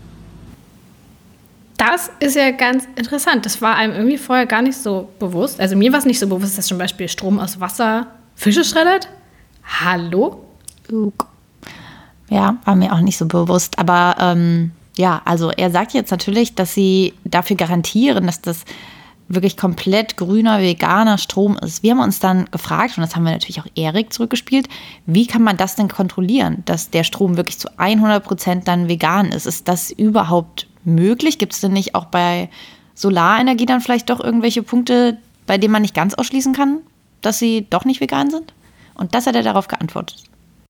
Das ist ja ganz interessant. Das war einem irgendwie vorher gar nicht so bewusst. Also mir war es nicht so bewusst, dass zum Beispiel Strom aus Wasser Fische schreddert. Hallo? Ja, war mir auch nicht so bewusst. Aber ja, also er sagt jetzt natürlich, dass sie dafür garantieren, dass das wirklich komplett grüner, veganer Strom ist. Wir haben uns dann gefragt, und das haben wir natürlich auch Erik zurückgespielt, wie kann man das denn kontrollieren, dass der Strom wirklich zu 100% dann vegan ist? Ist das überhaupt möglich? Gibt es denn nicht auch bei Solarenergie dann vielleicht doch irgendwelche Punkte, bei denen man nicht ganz ausschließen kann, dass sie doch nicht vegan sind? Und das hat er darauf geantwortet.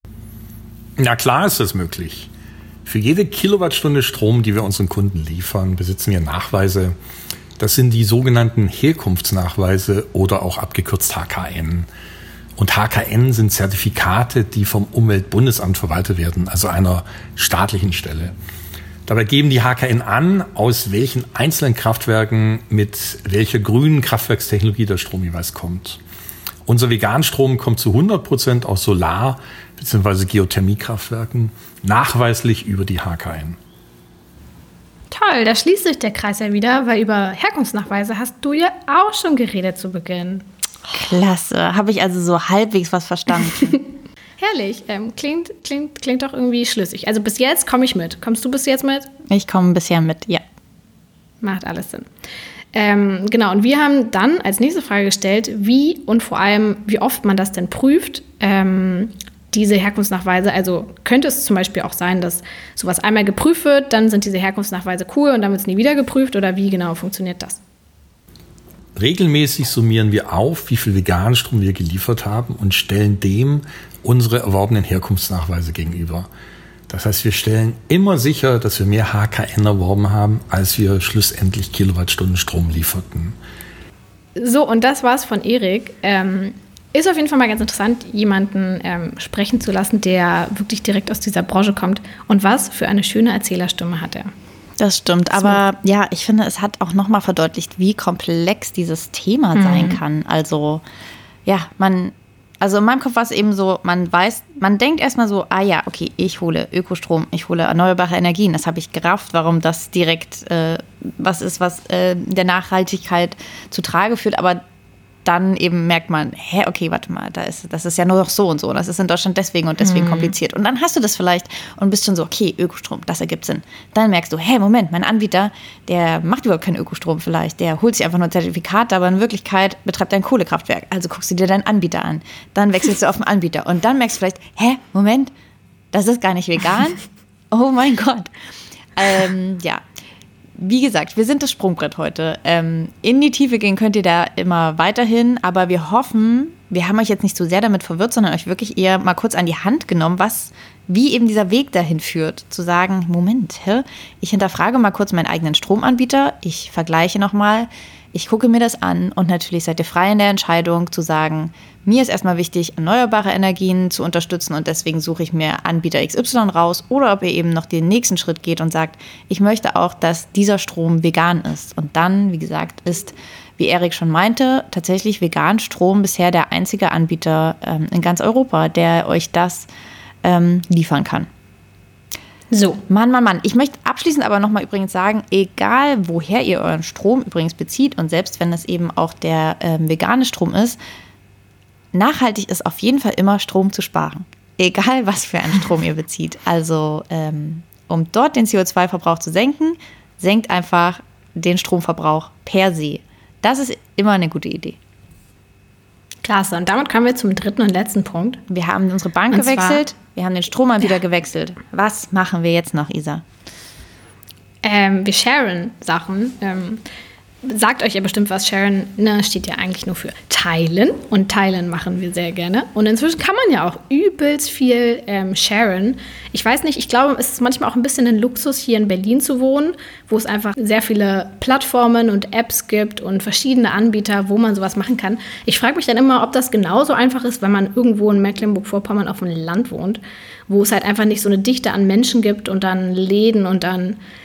Na klar ist das möglich. Für jede Kilowattstunde Strom, die wir unseren Kunden liefern, besitzen wir Nachweise. Das sind die sogenannten Herkunftsnachweise oder auch abgekürzt HKN. Und HKN sind Zertifikate, die vom Umweltbundesamt verwaltet werden, also einer staatlichen Stelle. Dabei geben die HKN an, aus welchen einzelnen Kraftwerken mit welcher grünen Kraftwerkstechnologie der Strom jeweils kommt. Unser Veganstrom kommt zu 100% aus Solar- bzw. Geothermiekraftwerken, nachweislich über die HKN. Toll, da schließt sich der Kreis ja wieder, weil über Herkunftsnachweise hast du ja auch schon geredet zu Beginn. Klasse, habe ich also so halbwegs was verstanden. Herrlich, klingt doch irgendwie schlüssig. Also bis jetzt komme ich mit. Kommst du bis jetzt mit? Ich komme bisher mit, ja. Macht alles Sinn. Genau, und wir haben dann als nächste Frage gestellt, wie und vor allem, wie oft man das denn prüft, diese Herkunftsnachweise. Also könnte es zum Beispiel auch sein, dass sowas einmal geprüft wird, dann sind diese Herkunftsnachweise cool und dann wird es nie wieder geprüft, oder wie genau funktioniert das? Regelmäßig summieren wir auf, wie viel veganen Strom wir geliefert haben und stellen dem unsere erworbenen Herkunftsnachweise gegenüber. Das heißt, wir stellen immer sicher, dass wir mehr HKN erworben haben, als wir schlussendlich Kilowattstunden Strom lieferten. So, und das war's von Erik. Ist auf jeden Fall mal ganz interessant, jemanden sprechen zu lassen, der wirklich direkt aus dieser Branche kommt. Und was für eine schöne Erzählerstimme hat er. Das stimmt, aber ja, ich finde, es hat auch nochmal verdeutlicht, wie komplex dieses Thema sein kann. Also, ja, also in meinem Kopf war es eben so, man denkt erstmal so, ja, okay, ich hole Ökostrom, ich hole erneuerbare Energien. Das habe ich gerafft, warum das direkt was ist, was der Nachhaltigkeit zu Trage führt. Aber dann eben merkt man, okay, warte mal, das ist ja nur noch so und so. Das ist in Deutschland deswegen und deswegen kompliziert. Und dann hast du das vielleicht und bist schon so, okay, Ökostrom, das ergibt Sinn. Dann merkst du, Moment, mein Anbieter, der macht überhaupt keinen Ökostrom vielleicht. Der holt sich einfach nur Zertifikate, aber in Wirklichkeit betreibt er ein Kohlekraftwerk. Also guckst du dir deinen Anbieter an. Dann wechselst du auf den Anbieter. Und dann merkst du vielleicht, Moment, das ist gar nicht vegan. Oh mein Gott. Ja. Wie gesagt, wir sind das Sprungbrett heute. In die Tiefe gehen könnt ihr da immer weiterhin, aber wir hoffen, wir haben euch jetzt nicht so sehr damit verwirrt, sondern euch wirklich eher mal kurz an die Hand genommen, wie eben dieser Weg dahin führt, zu sagen, Moment, ich hinterfrage mal kurz meinen eigenen Stromanbieter, ich vergleiche nochmal, ich gucke mir das an und natürlich seid ihr frei in der Entscheidung zu sagen, mir ist erstmal wichtig, erneuerbare Energien zu unterstützen und deswegen suche ich mir Anbieter XY raus, oder ob ihr eben noch den nächsten Schritt geht und sagt, ich möchte auch, dass dieser Strom vegan ist. Und dann, wie gesagt, ist, wie Erik schon meinte, tatsächlich vegan Strom bisher der einzige Anbieter in ganz Europa, der euch das liefern kann. So, Mann. Ich möchte abschließend aber nochmal übrigens sagen, egal woher ihr euren Strom übrigens bezieht und selbst wenn es eben auch der vegane Strom ist, nachhaltig ist auf jeden Fall immer Strom zu sparen. Egal was für einen Strom ihr bezieht. Also um dort den CO2-Verbrauch zu senken, senkt einfach den Stromverbrauch per se. Das ist immer eine gute Idee. Klasse, und damit kommen wir zum dritten und letzten Punkt. Wir haben unsere Bank gewechselt, wir haben den Stromanbieter gewechselt. Was machen wir jetzt noch, Isa? Wir sharen Sachen. Sagt euch ja bestimmt was, sharen, steht ja eigentlich nur für teilen. Und teilen machen wir sehr gerne. Und inzwischen kann man ja auch übelst viel sharen. Ich weiß nicht, ich glaube, es ist manchmal auch ein bisschen ein Luxus, hier in Berlin zu wohnen, wo es einfach sehr viele Plattformen und Apps gibt und verschiedene Anbieter, wo man sowas machen kann. Ich frage mich dann immer, ob das genauso einfach ist, wenn man irgendwo in Mecklenburg-Vorpommern auf dem Land wohnt, wo es halt einfach nicht so eine Dichte an Menschen gibt und dann Läden und dann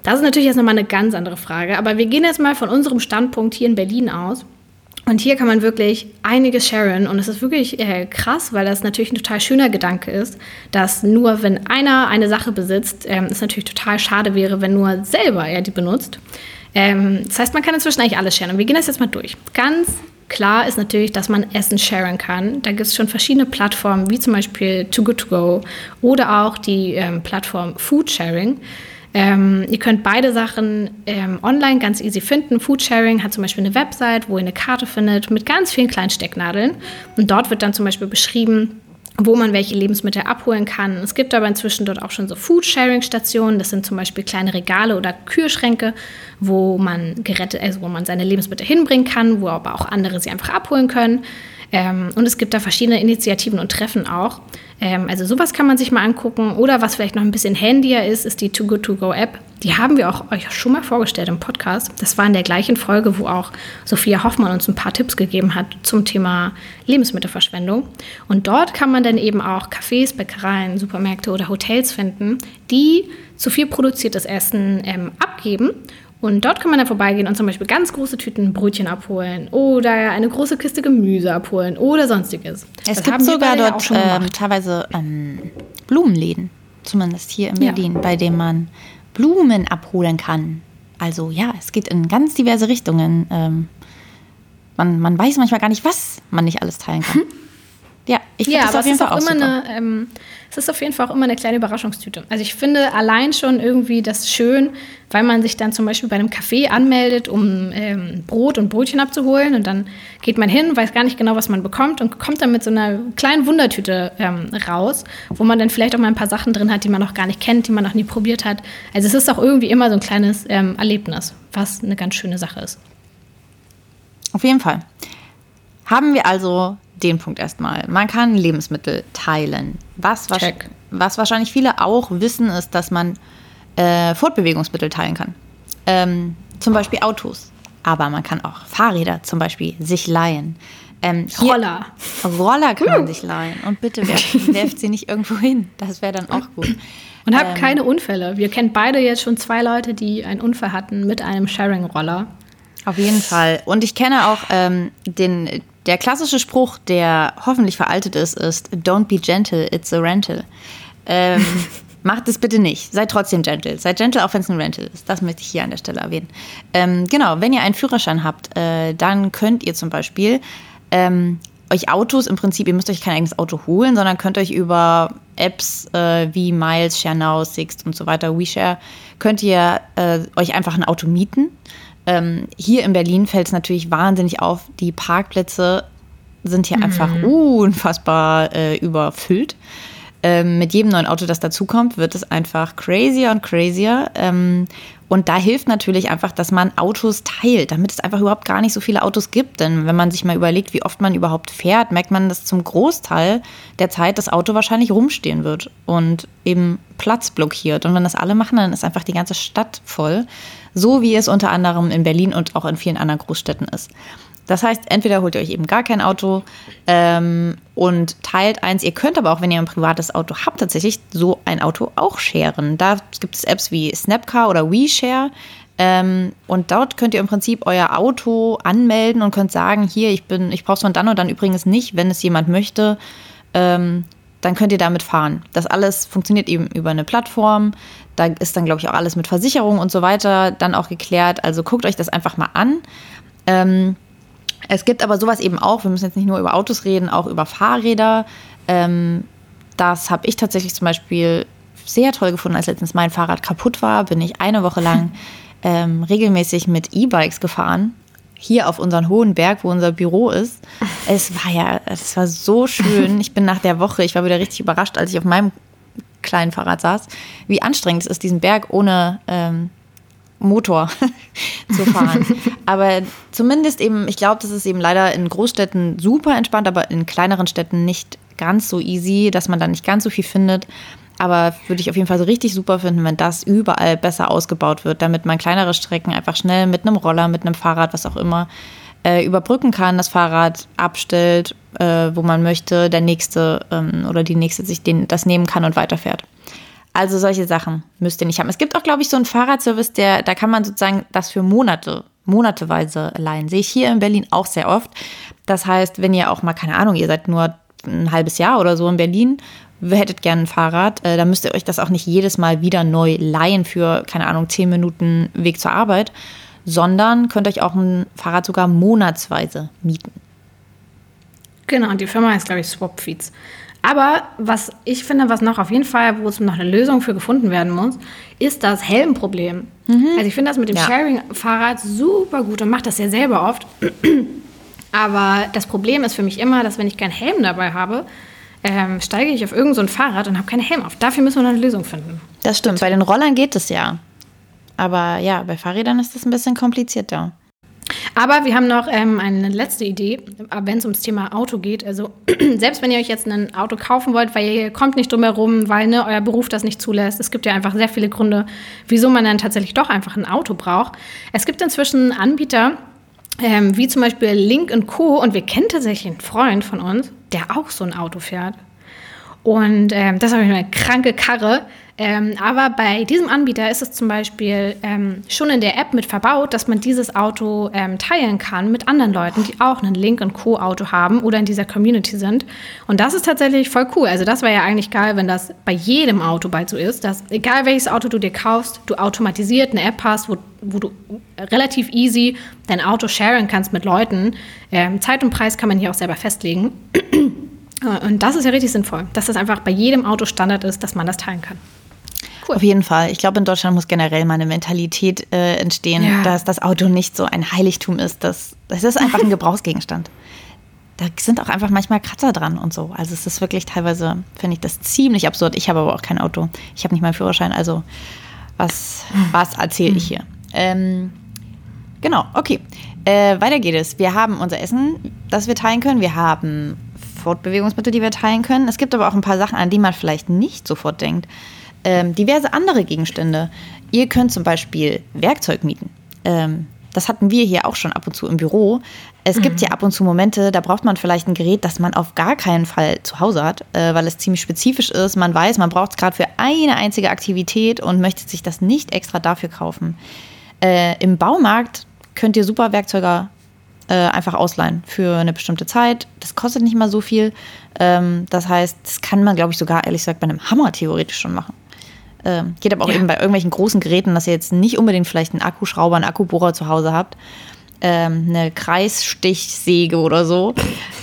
Das ist natürlich jetzt nochmal eine ganz andere Frage. Aber wir gehen jetzt mal von unserem Standpunkt hier in Berlin aus. Und hier kann man wirklich einiges sharen. Und es ist wirklich krass, weil das natürlich ein total schöner Gedanke ist, dass nur wenn einer eine Sache besitzt, es natürlich total schade wäre, wenn nur selber er die benutzt. Das heißt, man kann inzwischen eigentlich alles sharen. Und wir gehen das jetzt mal durch. Ganz klar ist natürlich, dass man Essen sharen kann. Da gibt es schon verschiedene Plattformen, wie zum Beispiel Too Good To Go oder auch die Plattform Food Sharing. Ihr könnt beide Sachen online ganz easy finden. Foodsharing hat zum Beispiel eine Website, wo ihr eine Karte findet mit ganz vielen kleinen Stecknadeln. Und dort wird dann zum Beispiel beschrieben, wo man welche Lebensmittel abholen kann. Es gibt aber inzwischen dort auch schon so Foodsharing-Stationen. Das sind zum Beispiel kleine Regale oder Kühlschränke, wo man wo man seine Lebensmittel hinbringen kann, wo aber auch andere sie einfach abholen können. Und es gibt da verschiedene Initiativen und Treffen auch. Also sowas kann man sich mal angucken. Oder was vielleicht noch ein bisschen handier ist die Too Good To Go App. Die haben wir auch euch schon mal vorgestellt im Podcast. Das war in der gleichen Folge, wo auch Sophia Hoffmann uns ein paar Tipps gegeben hat zum Thema Lebensmittelverschwendung. Und dort kann man dann eben auch Cafés, Bäckereien, Supermärkte oder Hotels finden, die zu viel produziertes Essen abgeben. Und dort kann man dann vorbeigehen und zum Beispiel ganz große Tüten Brötchen abholen oder eine große Kiste Gemüse abholen oder sonstiges. Es gibt sogar dort teilweise Blumenläden, zumindest hier in Berlin, bei denen man Blumen abholen kann. Also ja, es geht in ganz diverse Richtungen. Man weiß manchmal gar nicht, was man nicht alles teilen kann. Ja, ich finde das auf jeden Fall auch super. Es ist auf jeden Fall auch immer eine kleine Überraschungstüte. Also ich finde allein schon irgendwie das schön, weil man sich dann zum Beispiel bei einem Café anmeldet, um Brot und Brötchen abzuholen. Und dann geht man hin, weiß gar nicht genau, was man bekommt und kommt dann mit so einer kleinen Wundertüte raus, wo man dann vielleicht auch mal ein paar Sachen drin hat, die man noch gar nicht kennt, die man noch nie probiert hat. Also es ist auch irgendwie immer so ein kleines Erlebnis, was eine ganz schöne Sache ist. Auf jeden Fall. Haben wir also den Punkt erstmal. Man kann Lebensmittel teilen. Was wahrscheinlich viele auch wissen, ist, dass man Fortbewegungsmittel teilen kann. Zum Beispiel Autos. Aber man kann auch Fahrräder zum Beispiel sich leihen. Roller kann man sich leihen. Und bitte werft sie nicht irgendwo hin. Das wäre dann auch gut. Und habt keine Unfälle. Wir kennen beide jetzt schon 2 Leute, die einen Unfall hatten mit einem Sharing-Roller. Auf jeden Fall. Und ich kenne auch der klassische Spruch, der hoffentlich veraltet ist, Don't be gentle, it's a rental. Macht es bitte nicht. Seid trotzdem gentle. Seid gentle, auch wenn es ein Rental ist. Das möchte ich hier an der Stelle erwähnen. Genau, wenn ihr einen Führerschein habt, dann könnt ihr zum Beispiel euch Autos, im Prinzip, ihr müsst euch kein eigenes Auto holen, sondern könnt euch über Apps wie Miles, ShareNow, Sixt und so weiter, WeShare, könnt ihr euch einfach ein Auto mieten. Hier in Berlin fällt es natürlich wahnsinnig auf. Die Parkplätze sind hier einfach unfassbar überfüllt. Mit jedem neuen Auto, das dazukommt, wird es einfach crazier und crazier. Und da hilft natürlich einfach, dass man Autos teilt, damit es einfach überhaupt gar nicht so viele Autos gibt. Denn wenn man sich mal überlegt, wie oft man überhaupt fährt, merkt man, dass zum Großteil der Zeit das Auto wahrscheinlich rumstehen wird und eben Platz blockiert. Und wenn das alle machen, dann ist einfach die ganze Stadt voll. So wie es unter anderem in Berlin und auch in vielen anderen Großstädten ist. Das heißt, entweder holt ihr euch eben gar kein Auto und teilt eins. Ihr könnt aber auch, wenn ihr ein privates Auto habt, tatsächlich so ein Auto auch sharen. Da gibt es Apps wie Snapcar oder WeShare. Und dort könnt ihr im Prinzip euer Auto anmelden und könnt sagen, hier, ich brauche es von dann und dann übrigens nicht, wenn es jemand möchte. Dann könnt ihr damit fahren. Das alles funktioniert eben über eine Plattform. Da ist dann, glaube ich, auch alles mit Versicherung und so weiter dann auch geklärt. Also guckt euch das einfach mal an. Es gibt aber sowas eben auch, wir müssen jetzt nicht nur über Autos reden, auch über Fahrräder. Das habe ich tatsächlich zum Beispiel sehr toll gefunden, als letztens mein Fahrrad kaputt war, bin ich eine Woche lang regelmäßig mit E-Bikes gefahren. Hier auf unseren hohen Berg, wo unser Büro ist. Es war so schön. Ich bin nach der Woche, ich war wieder richtig überrascht, als ich auf meinem kleinen Fahrrad saß, wie anstrengend es ist, diesen Berg ohne Motor zu fahren. Aber zumindest eben, ich glaube, das ist eben leider in Großstädten super entspannt, aber in kleineren Städten nicht ganz so easy, dass man da nicht ganz so viel findet. Aber würde ich auf jeden Fall so richtig super finden, wenn das überall besser ausgebaut wird, damit man kleinere Strecken einfach schnell mit einem Roller, mit einem Fahrrad, was auch immer, überbrücken kann, das Fahrrad abstellt, wo man möchte, der Nächste oder die Nächste sich das nehmen kann und weiterfährt. Also solche Sachen müsst ihr nicht haben. Es gibt auch, glaube ich, so einen Fahrradservice, da kann man sozusagen das für monateweise leihen. Sehe ich hier in Berlin auch sehr oft. Das heißt, wenn ihr auch mal, keine Ahnung, ihr seid nur ein halbes Jahr oder so in Berlin, hättet gerne ein Fahrrad, dann müsst ihr euch das auch nicht jedes Mal wieder neu leihen für, keine Ahnung, 10 Minuten Weg zur Arbeit, sondern könnt euch auch ein Fahrrad sogar monatsweise mieten. Genau, und die Firma heißt, glaube ich, Swapfeeds. Aber was ich finde, was noch auf jeden Fall, wo es noch eine Lösung für gefunden werden muss, ist das Helmproblem. Also ich finde das mit dem Sharing-Fahrrad super gut und mache das ja selber oft. Aber das Problem ist für mich immer, dass wenn ich keinen Helm dabei habe, steige ich auf irgend so ein Fahrrad und habe keinen Helm auf. Dafür müssen wir noch eine Lösung finden. Das stimmt, bei den Rollern geht es ja. Aber ja, bei Fahrrädern ist das ein bisschen komplizierter. Aber wir haben noch eine letzte Idee, wenn es ums Thema Auto geht. Also selbst wenn ihr euch jetzt ein Auto kaufen wollt, weil ihr kommt nicht drum herum, weil euer Beruf das nicht zulässt. Es gibt ja einfach sehr viele Gründe, wieso man dann tatsächlich doch einfach ein Auto braucht. Es gibt inzwischen Anbieter, wie zum Beispiel Link & Co. Und wir kennen tatsächlich einen Freund von uns, der auch so ein Auto fährt. Und das ist eine kranke Karre. Aber bei diesem Anbieter ist es zum Beispiel schon in der App mit verbaut, dass man dieses Auto teilen kann mit anderen Leuten, die auch ein Link & Co. Auto haben oder in dieser Community sind. Und das ist tatsächlich voll cool. Also das wäre ja eigentlich geil, wenn das bei jedem Auto bald so ist, dass egal welches Auto du dir kaufst, du automatisiert eine App hast, wo du relativ easy dein Auto sharen kannst mit Leuten. Zeit und Preis kann man hier auch selber festlegen. Und das ist ja richtig sinnvoll, dass das einfach bei jedem Auto Standard ist, dass man das teilen kann. Cool. Auf jeden Fall. Ich glaube, in Deutschland muss generell mal eine Mentalität entstehen, dass das Auto nicht so ein Heiligtum ist. Das ist einfach ein Gebrauchsgegenstand. Da sind auch einfach manchmal Kratzer dran und so. Also es ist wirklich teilweise, finde ich das ziemlich absurd. Ich habe aber auch kein Auto. Ich habe nicht mal einen Führerschein. Also was erzähle ich hier? Genau, okay. Weiter geht es. Wir haben unser Essen, das wir teilen können. Wir haben Fortbewegungsmittel, die wir teilen können. Es gibt aber auch ein paar Sachen, an die man vielleicht nicht sofort denkt. Diverse andere Gegenstände. Ihr könnt zum Beispiel Werkzeug mieten. Das hatten wir hier auch schon ab und zu im Büro. Es gibt ja ab und zu Momente, da braucht man vielleicht ein Gerät, das man auf gar keinen Fall zu Hause hat, weil es ziemlich spezifisch ist. Man weiß, man braucht es gerade für eine einzige Aktivität und möchte sich das nicht extra dafür kaufen. Im Baumarkt könnt ihr super Werkzeuge einfach ausleihen für eine bestimmte Zeit. Das kostet nicht mal so viel. Das heißt, das kann man, glaube ich, sogar, ehrlich gesagt, bei einem Hammer theoretisch schon machen. Geht aber auch eben bei irgendwelchen großen Geräten, dass ihr jetzt nicht unbedingt vielleicht einen Akkuschrauber, einen Akkubohrer zu Hause habt. Eine Kreisstichsäge oder so.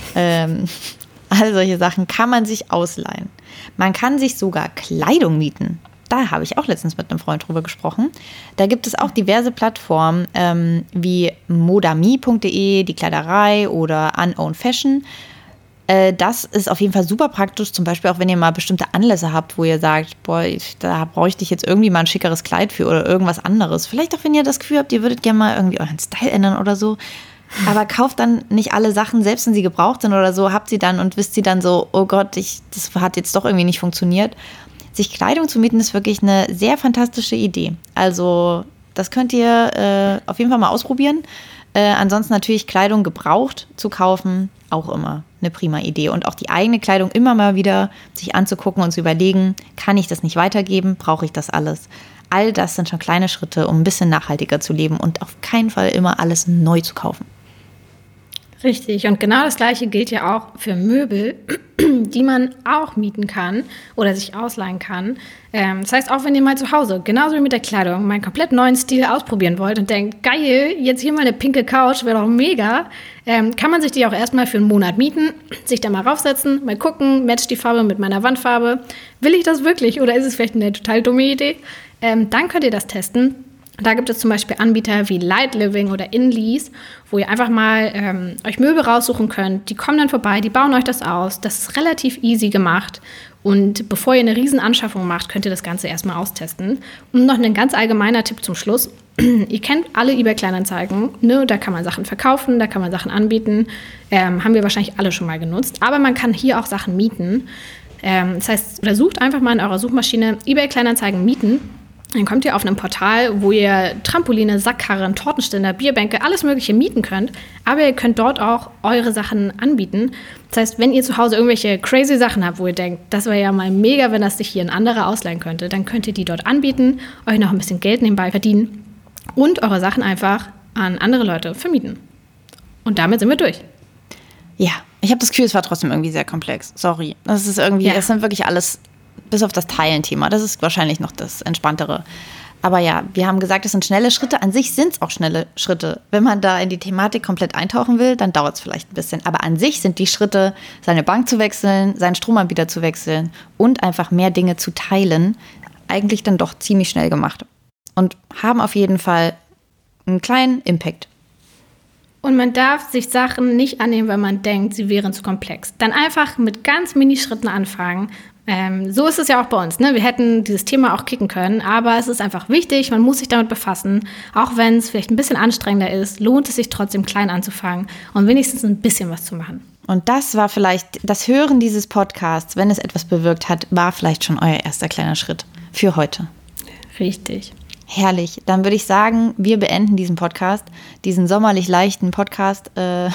All solche Sachen kann man sich ausleihen. Man kann sich sogar Kleidung mieten. Da habe ich auch letztens mit einem Freund drüber gesprochen. Da gibt es auch diverse Plattformen wie modami.de, die Kleiderei oder Unown Fashion. Das ist auf jeden Fall super praktisch, zum Beispiel auch wenn ihr mal bestimmte Anlässe habt, wo ihr sagt, boah, da bräuchte ich jetzt irgendwie mal ein schickeres Kleid für oder irgendwas anderes. Vielleicht auch, wenn ihr das Gefühl habt, ihr würdet gerne mal irgendwie euren Style ändern oder so. Aber kauft dann nicht alle Sachen, selbst wenn sie gebraucht sind oder so, habt sie dann und wisst sie dann so, oh Gott, das hat jetzt doch irgendwie nicht funktioniert. Sich Kleidung zu mieten ist wirklich eine sehr fantastische Idee. Also das könnt ihr auf jeden Fall mal ausprobieren. Ansonsten natürlich Kleidung gebraucht zu kaufen, auch immer eine prima Idee. Und auch die eigene Kleidung immer mal wieder sich anzugucken und zu überlegen, kann ich das nicht weitergeben, brauche ich das alles? All das sind schon kleine Schritte, um ein bisschen nachhaltiger zu leben und auf keinen Fall immer alles neu zu kaufen. Richtig, und genau das Gleiche gilt ja auch für Möbel, die man auch mieten kann oder sich ausleihen kann. Das heißt, auch wenn ihr mal zu Hause, genauso wie mit der Kleidung, mal einen komplett neuen Stil ausprobieren wollt und denkt, geil, jetzt hier mal eine pinke Couch, wäre doch mega, kann man sich die auch erstmal für einen Monat mieten, sich da mal raufsetzen, mal gucken, matcht die Farbe mit meiner Wandfarbe. Will ich das wirklich oder ist es vielleicht eine total dumme Idee? Dann könnt ihr das testen. Da gibt es zum Beispiel Anbieter wie Light Living oder InLease, wo ihr einfach mal euch Möbel raussuchen könnt. Die kommen dann vorbei, die bauen euch das aus. Das ist relativ easy gemacht. Und bevor ihr eine Riesenanschaffung macht, könnt ihr das Ganze erstmal austesten. Und noch ein ganz allgemeiner Tipp zum Schluss. Ihr kennt alle eBay-Kleinanzeigen, ne? Da kann man Sachen verkaufen, da kann man Sachen anbieten. Haben wir wahrscheinlich alle schon mal genutzt. Aber man kann hier auch Sachen mieten. Das heißt, sucht einfach mal in eurer Suchmaschine eBay-Kleinanzeigen mieten. Dann kommt ihr auf ein Portal, wo ihr Trampoline, Sackkarren, Tortenständer, Bierbänke, alles Mögliche mieten könnt. Aber ihr könnt dort auch eure Sachen anbieten. Das heißt, wenn ihr zu Hause irgendwelche crazy Sachen habt, wo ihr denkt, das wäre ja mal mega, wenn das sich hier ein anderer ausleihen könnte, dann könnt ihr die dort anbieten, euch noch ein bisschen Geld nebenbei verdienen und eure Sachen einfach an andere Leute vermieten. Und damit sind wir durch. Ja, ich habe das Gefühl, es war trotzdem irgendwie sehr komplex. Sorry. Das ist irgendwie, das sind wirklich alles, bis auf das Teilen-Thema. Das ist wahrscheinlich noch das Entspanntere. Aber ja, wir haben gesagt, es sind schnelle Schritte. An sich sind es auch schnelle Schritte. Wenn man da in die Thematik komplett eintauchen will, dann dauert es vielleicht ein bisschen. Aber an sich sind die Schritte, seine Bank zu wechseln, seinen Stromanbieter zu wechseln und einfach mehr Dinge zu teilen, eigentlich dann doch ziemlich schnell gemacht. Und haben auf jeden Fall einen kleinen Impact. Und man darf sich Sachen nicht annehmen, weil man denkt, sie wären zu komplex. Dann einfach mit ganz Minischritten anfangen. So ist es ja auch bei uns. Ne? Wir hätten dieses Thema auch kicken können, aber es ist einfach wichtig, man muss sich damit befassen. Auch wenn es vielleicht ein bisschen anstrengender ist, lohnt es sich trotzdem klein anzufangen und wenigstens ein bisschen was zu machen. Und das war vielleicht, das Hören dieses Podcasts, wenn es etwas bewirkt hat, war vielleicht schon euer erster kleiner Schritt für heute. Richtig. Herrlich. Dann würde ich sagen, wir beenden diesen Podcast, diesen sommerlich leichten Podcast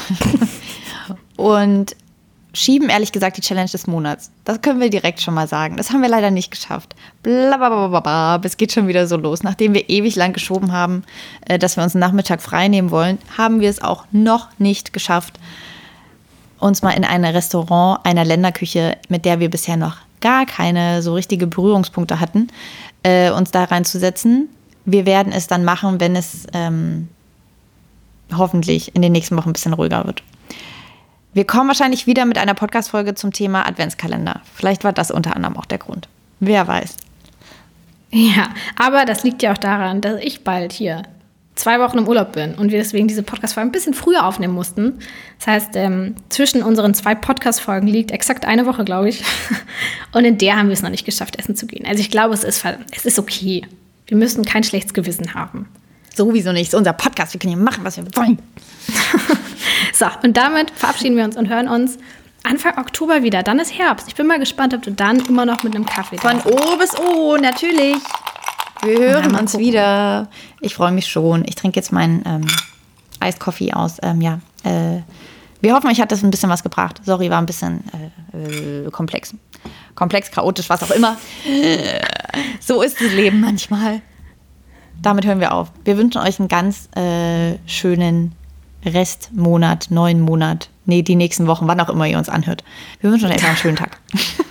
und schieben ehrlich gesagt die Challenge des Monats. Das können wir direkt schon mal sagen. Das haben wir leider nicht geschafft. Blablabla. Es geht schon wieder so los. Nachdem wir ewig lang geschoben haben, dass wir uns einen Nachmittag frei nehmen wollen, haben wir es auch noch nicht geschafft, uns mal in ein Restaurant einer Länderküche, mit der wir bisher noch gar keine so richtige Berührungspunkte hatten, uns da reinzusetzen. Wir werden es dann machen, wenn es hoffentlich in den nächsten Wochen ein bisschen ruhiger wird. Wir kommen wahrscheinlich wieder mit einer Podcast-Folge zum Thema Adventskalender. Vielleicht war das unter anderem auch der Grund. Wer weiß. Ja, aber das liegt ja auch daran, dass ich bald hier 2 Wochen im Urlaub bin und wir deswegen diese Podcast-Folge ein bisschen früher aufnehmen mussten. Das heißt, zwischen unseren 2 Podcast-Folgen liegt exakt eine Woche, glaube ich. Und in der haben wir es noch nicht geschafft, essen zu gehen. Also ich glaube, es ist okay. Wir müssen kein schlechtes Gewissen haben. Sowieso nicht. Es ist unser Podcast. Wir können hier machen, was wir wollen. So, und damit verabschieden wir uns und hören uns Anfang Oktober wieder. Dann ist Herbst. Ich bin mal gespannt, ob du dann immer noch mit einem Kaffee Von O bis O, natürlich. Wir hören uns wieder. Ich freue mich schon. Ich trinke jetzt meinen Eiskoffee aus. Wir hoffen, euch hat das ein bisschen was gebracht. Sorry, war ein bisschen komplex. Komplex, chaotisch, was auch immer. So ist das Leben manchmal. Damit hören wir auf. Wir wünschen euch einen ganz schönen Restmonat, neuen Monat. Nee, die nächsten Wochen, wann auch immer ihr uns anhört. Wir wünschen euch einen schönen Tag.